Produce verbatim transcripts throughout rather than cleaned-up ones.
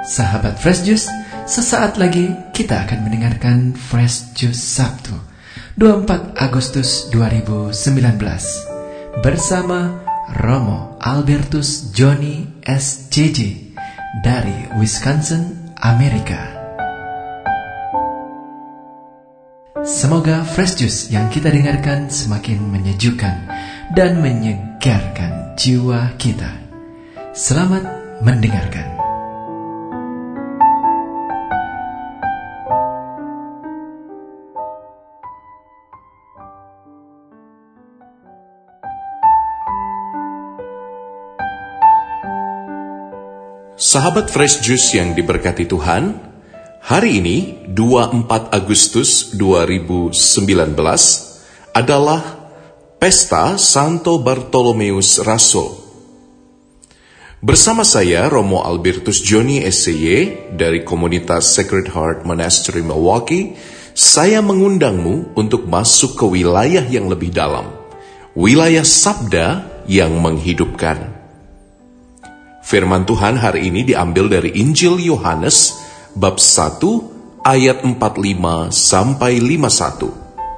Sahabat Fresh Juice, sesaat lagi kita akan mendengarkan Fresh Juice Sabtu dua puluh empat Agustus dua ribu sembilan belas bersama Romo Albertus Johnny S C J dari Wisconsin, Amerika. Semoga Fresh Juice yang kita dengarkan semakin menyejukkan dan menyegarkan jiwa kita. Selamat mendengarkan. Sahabat Fresh Juice yang diberkati Tuhan, hari ini dua puluh empat Agustus dua ribu sembilan belas adalah Pesta Santo Bartolomeus Rasul. Bersama saya Romo Albertus Johnny S C J dari komunitas Sacred Heart Monastery Milwaukee, saya mengundangmu untuk masuk ke wilayah yang lebih dalam, wilayah Sabda yang menghidupkan. Firman Tuhan hari ini diambil dari Injil Yohanes bab satu ayat empat puluh lima sampai lima puluh satu.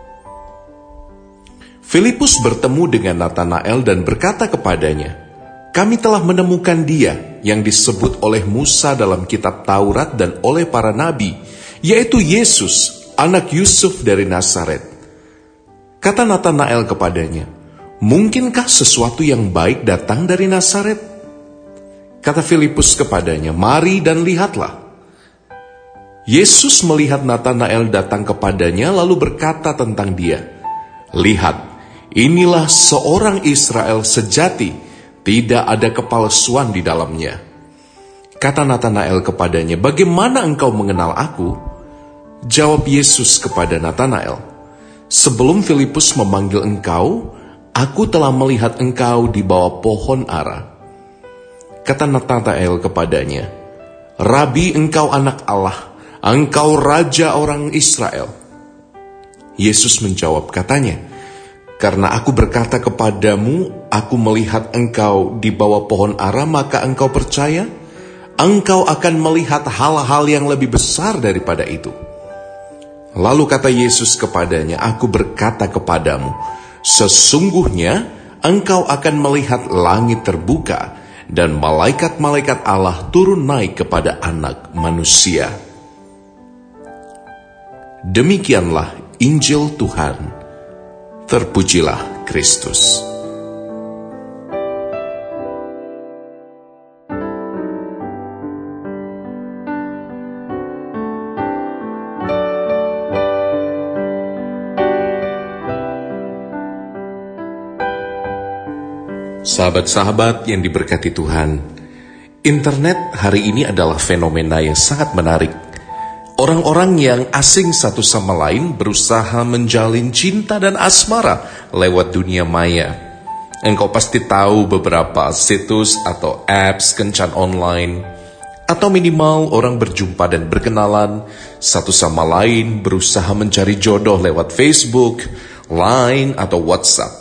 Filipus bertemu dengan Natanael dan berkata kepadanya, "Kami telah menemukan Dia yang disebut oleh Musa dalam kitab Taurat dan oleh para nabi, yaitu Yesus, anak Yusuf dari Nazaret." Kata Natanael kepadanya, "Mungkinkah sesuatu yang baik datang dari Nazaret?" Kata Filipus kepadanya, "Mari dan lihatlah." Yesus melihat Natanael datang kepadanya lalu berkata tentang dia, "Lihat, inilah seorang Israel sejati, tidak ada kepalsuan di dalamnya." Kata Natanael kepadanya, "Bagaimana engkau mengenal aku?" Jawab Yesus kepada Natanael, "Sebelum Filipus memanggil engkau, aku telah melihat engkau di bawah pohon ara." Kata Natanael kepadanya, "Rabi, engkau anak Allah, engkau raja orang Israel." Yesus menjawab katanya, "Karena aku berkata kepadamu, aku melihat engkau di bawah pohon ara, maka engkau percaya? Engkau akan melihat hal-hal yang lebih besar daripada itu." Lalu kata Yesus kepadanya, "Aku berkata kepadamu, sesungguhnya engkau akan melihat langit terbuka dan malaikat-malaikat Allah turun naik kepada Anak Manusia." Demikianlah Injil Tuhan. Terpujilah Kristus. Sahabat-sahabat yang diberkati Tuhan, internet hari ini adalah fenomena yang sangat menarik. Orang-orang yang asing satu sama lain berusaha menjalin cinta dan asmara lewat dunia maya. Engkau pasti tahu beberapa situs atau apps kencan online, atau minimal orang berjumpa dan berkenalan satu sama lain berusaha mencari jodoh lewat Facebook, Line, atau WhatsApp.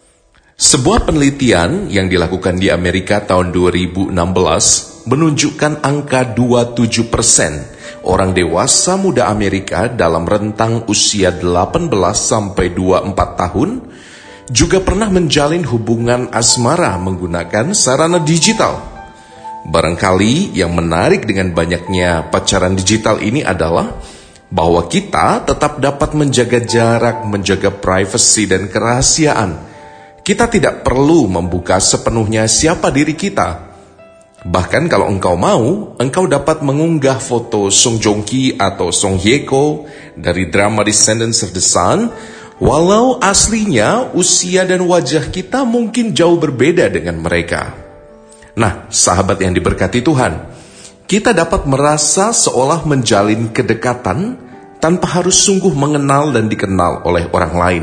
Sebuah penelitian yang dilakukan di Amerika tahun dua ribu enam belas menunjukkan angka dua puluh tujuh persen orang dewasa muda Amerika dalam rentang usia delapan belas sampai dua puluh empat tahun juga pernah menjalin hubungan asmara menggunakan sarana digital. Barangkali yang menarik dengan banyaknya pacaran digital ini adalah bahwa kita tetap dapat menjaga jarak, menjaga privasi dan kerahasiaan. Kita tidak perlu membuka sepenuhnya siapa diri kita. Bahkan kalau engkau mau, engkau dapat mengunggah foto Song Joong Ki atau Song Hye Kyo dari drama Descendants of the Sun, walau aslinya usia dan wajah kita mungkin jauh berbeda dengan mereka. Nah, sahabat yang diberkati Tuhan, kita dapat merasa seolah menjalin kedekatan tanpa harus sungguh mengenal dan dikenal oleh orang lain.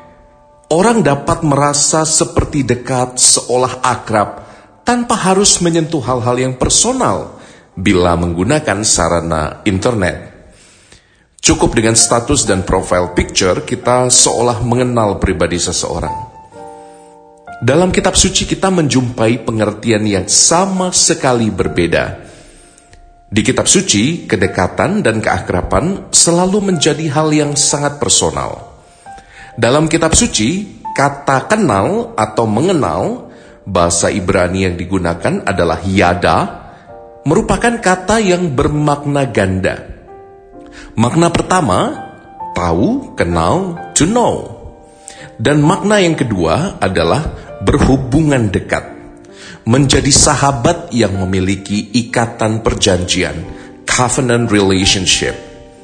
Orang dapat merasa seperti dekat, seolah akrab, tanpa harus menyentuh hal-hal yang personal bila menggunakan sarana internet. Cukup dengan status dan profile picture, kita seolah mengenal pribadi seseorang. Dalam kitab suci kita menjumpai pengertian yang sama sekali berbeda. Di kitab suci, kedekatan dan keakraban selalu menjadi hal yang sangat personal. Dalam kitab suci, kata kenal atau mengenal, bahasa Ibrani yang digunakan adalah yada, merupakan kata yang bermakna ganda. Makna pertama, tahu, kenal, to know. Dan makna yang kedua adalah berhubungan dekat, menjadi sahabat yang memiliki ikatan perjanjian, covenant relationship.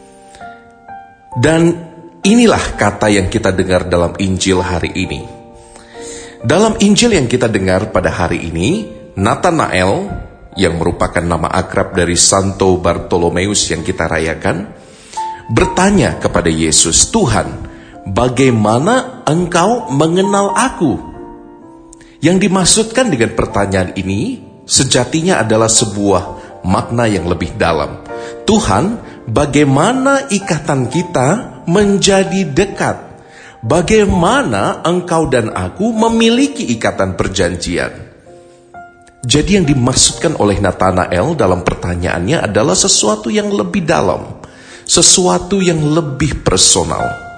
Dan inilah kata yang kita dengar dalam Injil hari ini. Dalam Injil yang kita dengar pada hari ini, Nathanael, yang merupakan nama akrab dari Santo Bartolomeus yang kita rayakan, bertanya kepada Yesus, "Tuhan, bagaimana engkau mengenal aku?" Yang dimaksudkan dengan pertanyaan ini sejatinya adalah sebuah makna yang lebih dalam. Tuhan, bagaimana ikatan kita menjadi dekat? Bagaimana engkau dan aku memiliki ikatan perjanjian? Jadi yang dimaksudkan oleh Nathanael dalam pertanyaannya adalah sesuatu yang lebih dalam, sesuatu yang lebih personal.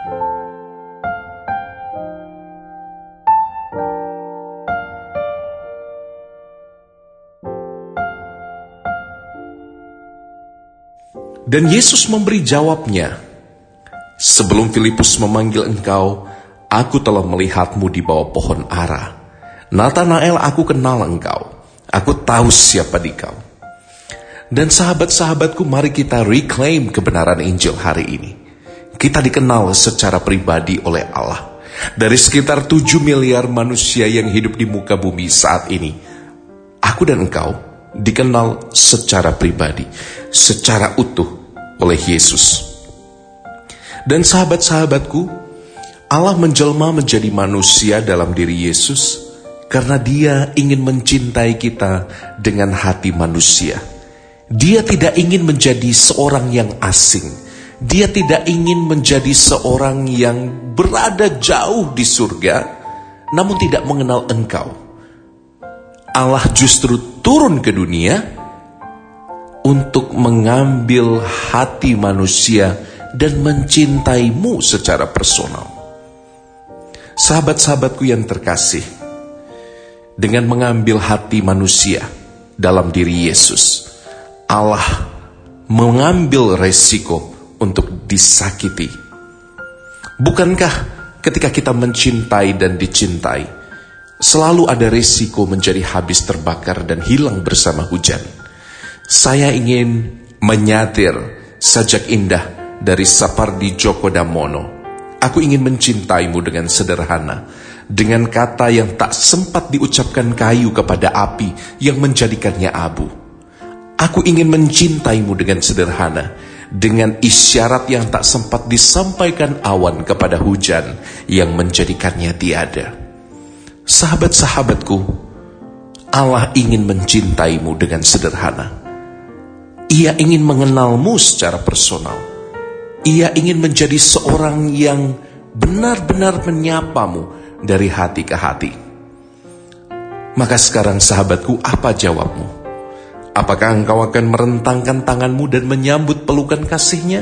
Dan Yesus memberi jawabnya, "Sebelum Filipus memanggil engkau, aku telah melihatmu di bawah pohon ara. Nathanael, aku kenal engkau. Aku tahu siapa dikau." Dan sahabat-sahabatku, mari kita reclaim kebenaran Injil hari ini. Kita dikenal secara pribadi oleh Allah. Dari sekitar tujuh miliar manusia yang hidup di muka bumi saat ini, aku dan engkau dikenal secara pribadi, secara utuh oleh Yesus. Dan sahabat-sahabatku, Allah menjelma menjadi manusia dalam diri Yesus karena Dia ingin mencintai kita dengan hati manusia. Dia tidak ingin menjadi seorang yang asing. Dia tidak ingin menjadi seorang yang berada jauh di surga, namun tidak mengenal engkau. Allah justru turun ke dunia untuk mengambil hati manusia dan mencintaimu secara personal. Sahabat-sahabatku yang terkasih, dengan mengambil hati manusia dalam diri Yesus, Allah mengambil resiko untuk disakiti. Bukankah ketika kita mencintai dan dicintai, selalu ada resiko menjadi habis terbakar dan hilang bersama hujan? Saya ingin menyatir sajak indah dari Sapardi Djoko Damono. Aku ingin mencintaimu dengan sederhana, dengan kata yang tak sempat diucapkan kayu kepada api yang menjadikannya abu. Aku ingin mencintaimu dengan sederhana, dengan isyarat yang tak sempat disampaikan awan kepada hujan yang menjadikannya tiada. Sahabat-sahabatku, Allah ingin mencintaimu dengan sederhana. Ia ingin mengenalmu secara personal. Ia ingin menjadi seorang yang benar-benar menyapamu dari hati ke hati. Maka sekarang sahabatku, apa jawabmu? Apakah engkau akan merentangkan tanganmu dan menyambut pelukan kasih-Nya?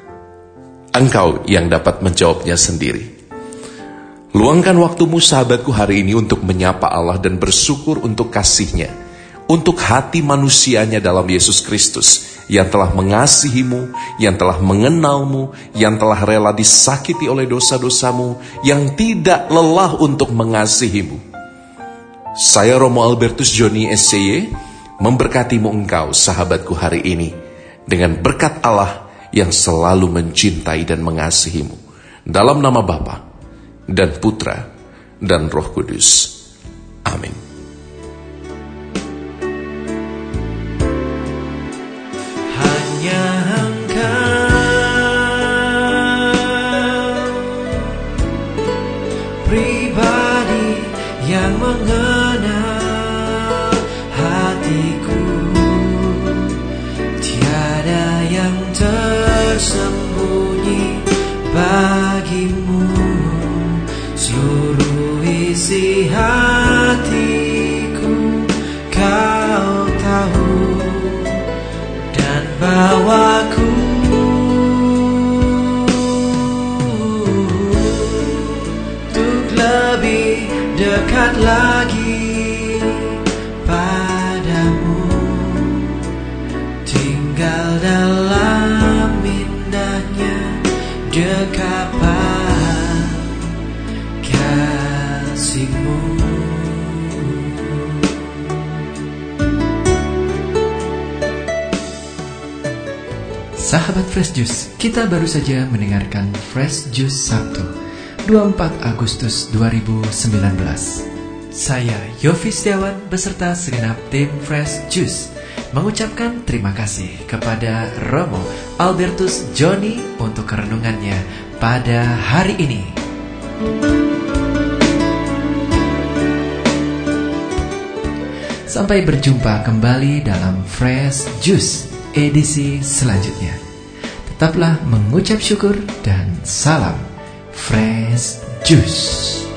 Engkau yang dapat menjawabnya sendiri. Luangkan waktumu sahabatku hari ini untuk menyapa Allah dan bersyukur untuk kasih-Nya, untuk hati manusianya dalam Yesus Kristus yang telah mengasihimu, yang telah mengenalmu, yang telah rela disakiti oleh dosa-dosamu, yang tidak lelah untuk mengasihimu. Saya Romo Albertus Joni S C Y memberkatimu engkau sahabatku hari ini dengan berkat Allah yang selalu mencintai dan mengasihimu. Dalam nama Bapa dan Putra dan Roh Kudus. Amin. Pribadi yang mengenal hatiku, tiada yang tersembunyi bagimu. Seluruh isi hatiku kau tahu, dekat lagi padamu, tinggal dalam indahnya dekapan kasih-Mu. Sahabat Fresh Juice, kita baru saja mendengarkan Fresh Juice Sabtu dua puluh empat Agustus dua ribu sembilan belas. Saya Yofi Setiawan beserta segenap tim Fresh Juice mengucapkan terima kasih kepada Romo Albertus Joni untuk kerenungannya pada hari ini. Sampai berjumpa kembali dalam Fresh Juice edisi selanjutnya. Tetaplah mengucap syukur dan salam Fresh Juice.